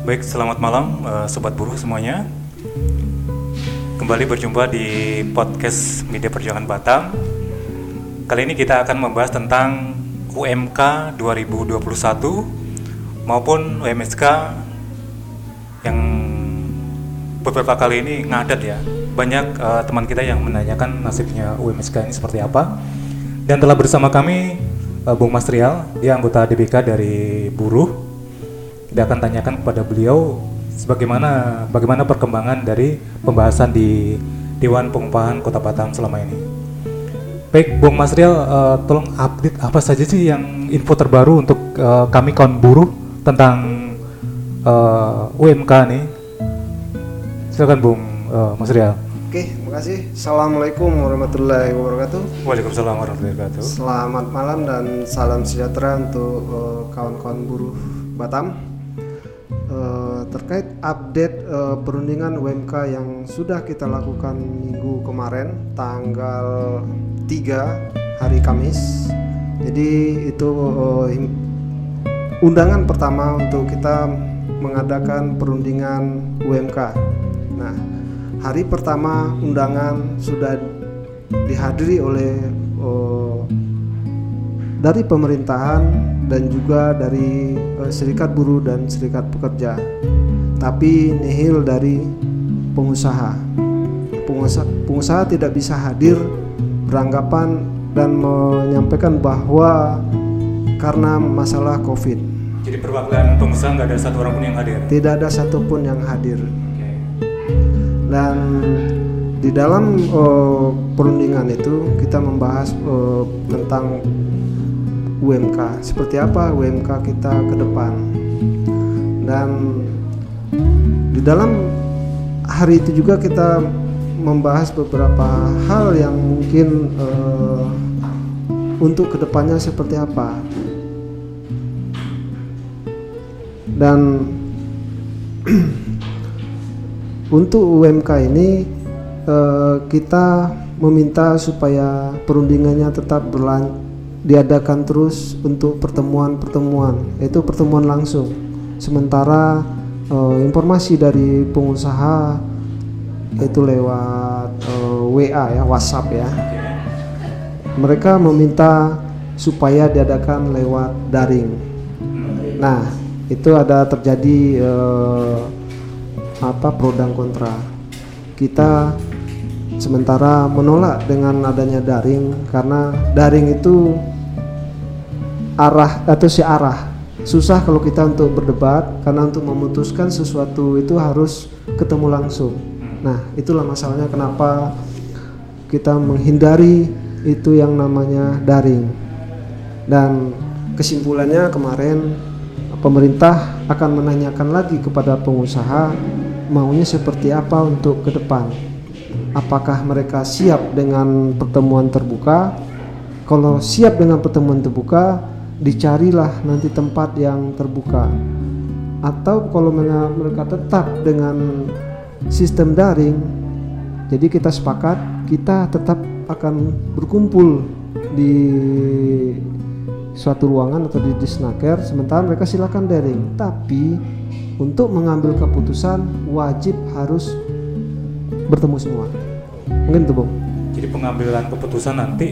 Baik, selamat malam Sobat Buruh semuanya. Kembali berjumpa di podcast Media Perjuangan Batam. Kali ini kita akan membahas tentang UMK 2021 maupun UMSK yang beberapa kali ini ngadat ya. Banyak teman kita yang menanyakan nasibnya UMSK ini seperti apa. Dan telah bersama kami Bung Mas Rial, dia anggota DBK dari Buruh. Kita akan tanyakan kepada beliau bagaimana perkembangan dari pembahasan di Dewan Pengupahan Kota Batam selama ini. Baik, Bung Mas Rial, tolong update apa saja sih yang info terbaru untuk kami kaum buruh tentang UMK nih. Silakan Bung Mas Rial. Oke, makasih. Assalamualaikum warahmatullahi wabarakatuh. Waalaikumsalam warahmatullahi wabarakatuh. Selamat malam dan salam sejahtera untuk kawan-kawan buruh Batam. Terkait update perundingan UMK yang sudah kita lakukan minggu kemarin tanggal 3 hari Kamis. Jadi itu undangan pertama untuk kita mengadakan perundingan UMK. Nah, hari pertama undangan sudah dihadiri oleh dari pemerintahan dan juga dari serikat buruh dan serikat pekerja, tapi nihil dari pengusaha. Pengusaha tidak bisa hadir beranggapan dan menyampaikan bahwa karena masalah COVID. Jadi perwakilan pengusaha nggak ada satu orang pun yang hadir? Tidak ada satupun yang hadir. Dan di dalam perundingan itu kita membahas tentang UMK, seperti apa UMK kita ke depan. Dan di dalam hari itu juga kita membahas beberapa hal yang mungkin untuk kedepannya seperti apa. Dan untuk UMK ini kita meminta supaya perundingannya tetap diadakan terus untuk pertemuan-pertemuan, yaitu pertemuan langsung. Sementara informasi dari pengusaha itu lewat WA ya, WhatsApp ya. Mereka meminta supaya diadakan lewat daring. Nah, itu ada terjadi pro dan kontra. Kita sementara menolak dengan adanya daring karena daring itu searah. Susah kalau kita untuk berdebat karena untuk memutuskan sesuatu itu harus ketemu langsung. Nah, itulah masalahnya kenapa kita menghindari itu yang namanya daring. Dan kesimpulannya kemarin pemerintah akan menanyakan lagi kepada pengusaha maunya seperti apa untuk ke depan. Apakah mereka siap dengan pertemuan terbuka? Kalau siap dengan pertemuan terbuka, dicarilah nanti tempat yang terbuka. Atau kalau mereka tetap dengan sistem daring, jadi kita sepakat kita tetap akan berkumpul di suatu ruangan atau di Disnaker, sementara mereka silakan daring. Tapi untuk mengambil keputusan wajib harus bertemu semua. Mungkin itu Bung. Jadi pengambilan keputusan nanti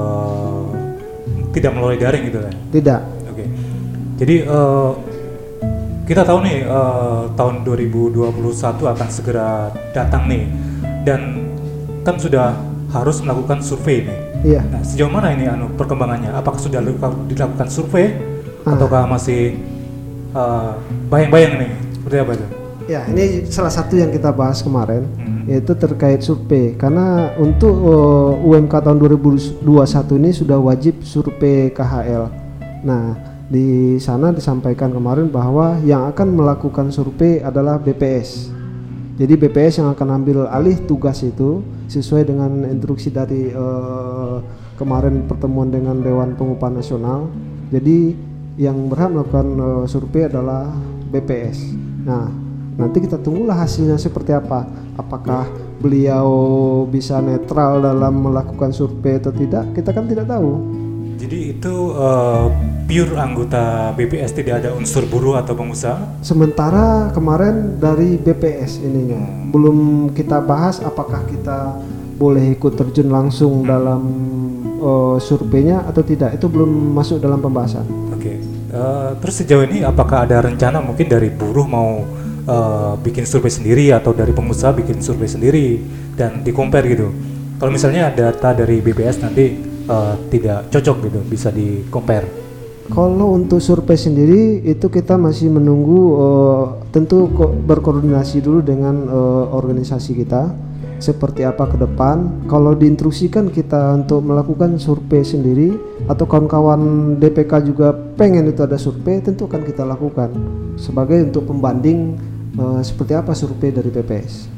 tidak melalui daring gitu kan? Tidak. Oke. Jadi kita tahu nih tahun 2021 akan segera datang nih, dan kan sudah harus melakukan survei nih. Iya. Nah, sejauh mana ini perkembangannya? Apakah sudah dilakukan survei ataukah masih bayang-bayang nih? Seperti apa itu? Ya, ini salah satu yang kita bahas kemarin, yaitu terkait survei. Karena untuk UMK tahun 2021 ini sudah wajib survei KHL. Nah, di sana disampaikan kemarin bahwa yang akan melakukan survei adalah BPS. Jadi BPS yang akan ambil alih tugas itu sesuai dengan instruksi dari kemarin pertemuan dengan Dewan Pengupahan Nasional. Jadi yang berhak melakukan survei adalah BPS. Nah, nanti kita tunggulah hasilnya seperti apa. Apakah beliau bisa netral dalam melakukan survei atau tidak? Kita kan tidak tahu. Jadi itu pure anggota BPS, tidak ada unsur buruh atau pengusaha? Sementara kemarin dari BPS ininya belum kita bahas apakah kita boleh ikut terjun langsung dalam surveinya atau tidak, itu belum masuk dalam pembahasan. Oke. Terus sejauh ini apakah ada rencana mungkin dari buruh mau bikin survei sendiri atau dari pengusaha bikin survei sendiri dan di-compare gitu? Kalau misalnya data dari BPS nanti tidak cocok gitu, bisa di-compare. Kalau untuk survei sendiri itu kita masih menunggu, tentu berkoordinasi dulu dengan organisasi kita seperti apa ke depan. Kalau diinstruksikan kita untuk melakukan survei sendiri atau kawan-kawan DPK juga pengen itu ada survei, tentu akan kita lakukan sebagai untuk pembanding seperti apa survei dari BPS.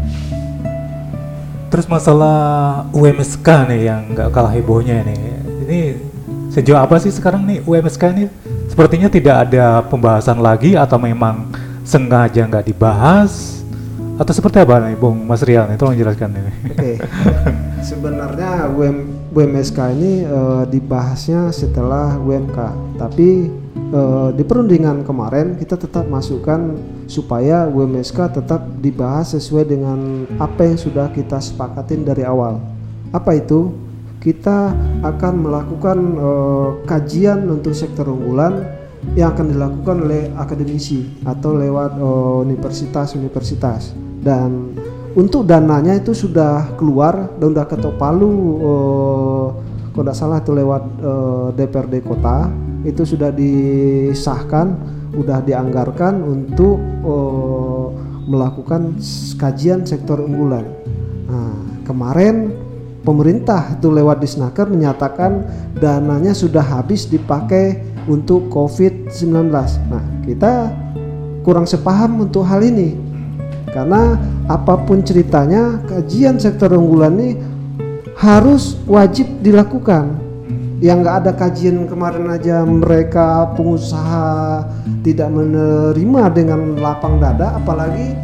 Terus masalah UMSK nih yang nggak kalah hebohnya nih, ini sejauh apa sih sekarang nih UMSK ini? Sepertinya tidak ada pembahasan lagi atau memang sengaja nggak dibahas atau seperti apa nih Bung Mas Rial nih, tolong jelaskan ini. Oke. Sebenarnya UMSK ini dibahasnya setelah UMK, tapi di perundingan kemarin kita tetap masukkan supaya UMSK tetap dibahas sesuai dengan apa yang sudah kita sepakatin dari awal. Apa itu? Kita akan melakukan kajian untuk sektor unggulan yang akan dilakukan oleh akademisi atau lewat universitas-universitas, dan untuk dananya itu sudah keluar dan sudah ketok palu, kalau tidak salah itu lewat DPRD kota itu sudah disahkan, sudah dianggarkan untuk melakukan kajian sektor unggulan. Nah, kemarin pemerintah itu lewat Disnaker menyatakan dananya sudah habis dipakai untuk COVID-19. Nah, kita kurang sepaham untuk hal ini. Karena apapun ceritanya, kajian sektor unggulan ini harus wajib dilakukan. Yang nggak ada kajian kemarin aja mereka pengusaha tidak menerima dengan lapang dada, apalagi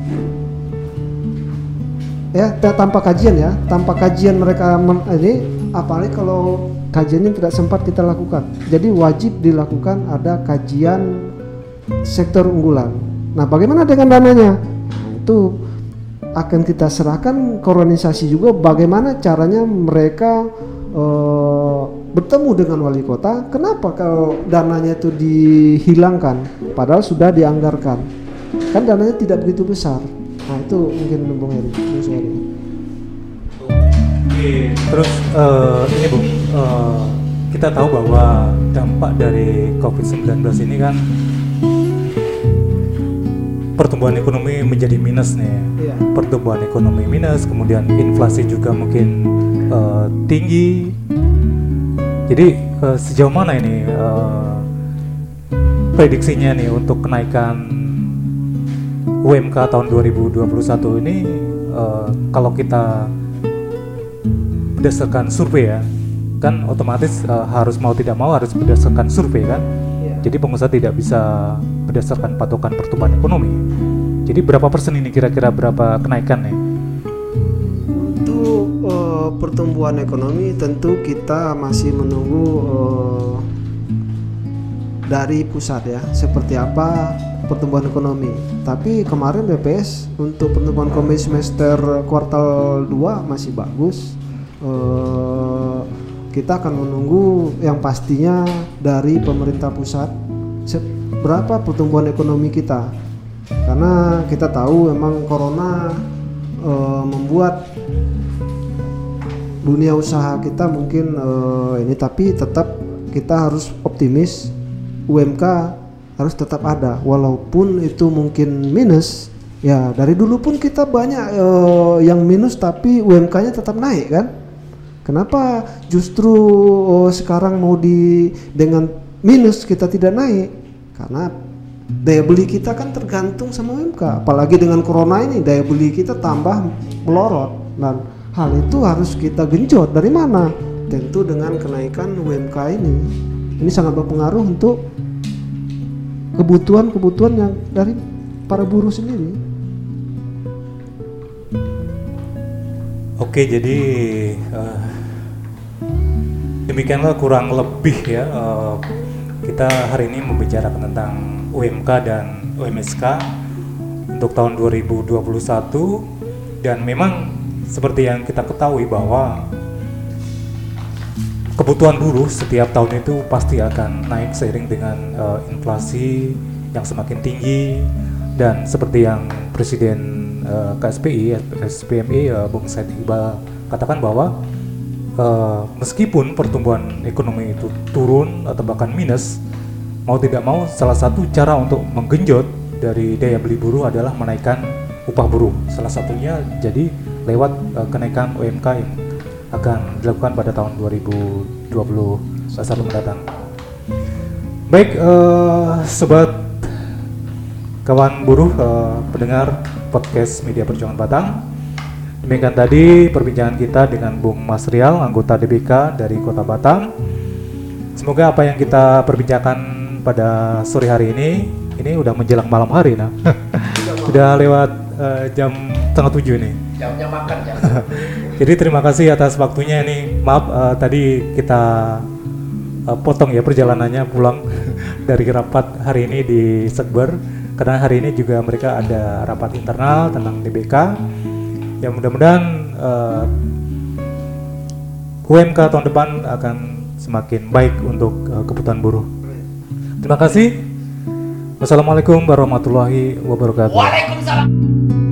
ya tanpa kajian mereka ini, apalagi kalau kajiannya tidak sempat kita lakukan. Jadi wajib dilakukan ada kajian sektor unggulan. Nah, bagaimana dengan dananya? Nah, itu akan kita serahkan ke organisasi juga, bagaimana caranya mereka bertemu dengan wali kota. Kenapa kalau dananya itu dihilangkan padahal sudah dianggarkan? Kan dananya tidak begitu besar. Nah, itu mungkin Bung Heri. Terus ini Bung, kita tahu bahwa dampak dari COVID-19 ini kan pertumbuhan ekonomi menjadi minus nih. Iya. Pertumbuhan ekonomi minus, kemudian inflasi juga mungkin tinggi. Jadi sejauh mana ini prediksinya nih untuk kenaikan UMK tahun 2021 ini, kalau kita berdasarkan survei ya, kan otomatis harus mau tidak mau harus berdasarkan survei kan. Jadi pengusaha tidak bisa berdasarkan patokan pertumbuhan ekonomi. Jadi berapa persen ini kira-kira, berapa kenaikan nih? Untuk pertumbuhan ekonomi tentu kita masih menunggu dari pusat ya, seperti apa pertumbuhan ekonomi. Tapi kemarin BPS untuk pertumbuhan ekonomi semester kuartal 2 masih bagus. Kita akan menunggu yang pastinya dari pemerintah pusat berapa pertumbuhan ekonomi kita, karena kita tahu memang corona membuat dunia usaha kita mungkin ini, tapi tetap kita harus optimis. UMK harus tetap ada walaupun itu mungkin minus ya. Dari dulu pun kita banyak yang minus tapi UMK-nya tetap naik kan. Kenapa justru sekarang mau dengan minus kita tidak naik? Karena daya beli kita kan tergantung sama UMK. Apalagi dengan corona ini daya beli kita tambah melorot, dan hal itu harus kita genjot. Dari mana? Tentu dengan kenaikan UMK ini. Ini sangat berpengaruh untuk kebutuhan yang dari para buruh sendiri. Oke, jadi demikianlah kurang lebih ya kita hari ini membicarakan tentang UMK dan UMSK untuk tahun 2021, dan memang seperti yang kita ketahui bahwa kebutuhan buruh setiap tahun itu pasti akan naik seiring dengan inflasi yang semakin tinggi, dan seperti yang Presiden KSPI, SPMI Bung Said Iqbal katakan bahwa meskipun pertumbuhan ekonomi itu turun atau bahkan minus, mau tidak mau salah satu cara untuk menggenjot dari daya beli buruh adalah menaikkan upah buruh. Salah satunya jadi lewat kenaikan UMK yang akan dilakukan pada tahun 2021 mendatang. Baik, sobat kawan buruh, pendengar podcast Media Perjuangan Batang, demikian tadi perbincangan kita dengan Bung Mas Rial, anggota DBK dari Kota Batam. Semoga apa yang kita perbincangkan pada sore hari ini udah menjelang malam hari, nah. Sudah lewat jam 6:30 nih. Jamnya makan ya. Jadi terima kasih atas waktunya nih. Maaf tadi kita potong ya perjalanannya pulang dari rapat hari ini di Sekber, karena hari ini juga mereka ada rapat internal tentang DBK. Ya mudah-mudahan UMK tahun depan akan semakin baik untuk kebutuhan buruh. Terima kasih. Wassalamualaikum warahmatullahi wabarakatuh. Waalaikumsalam.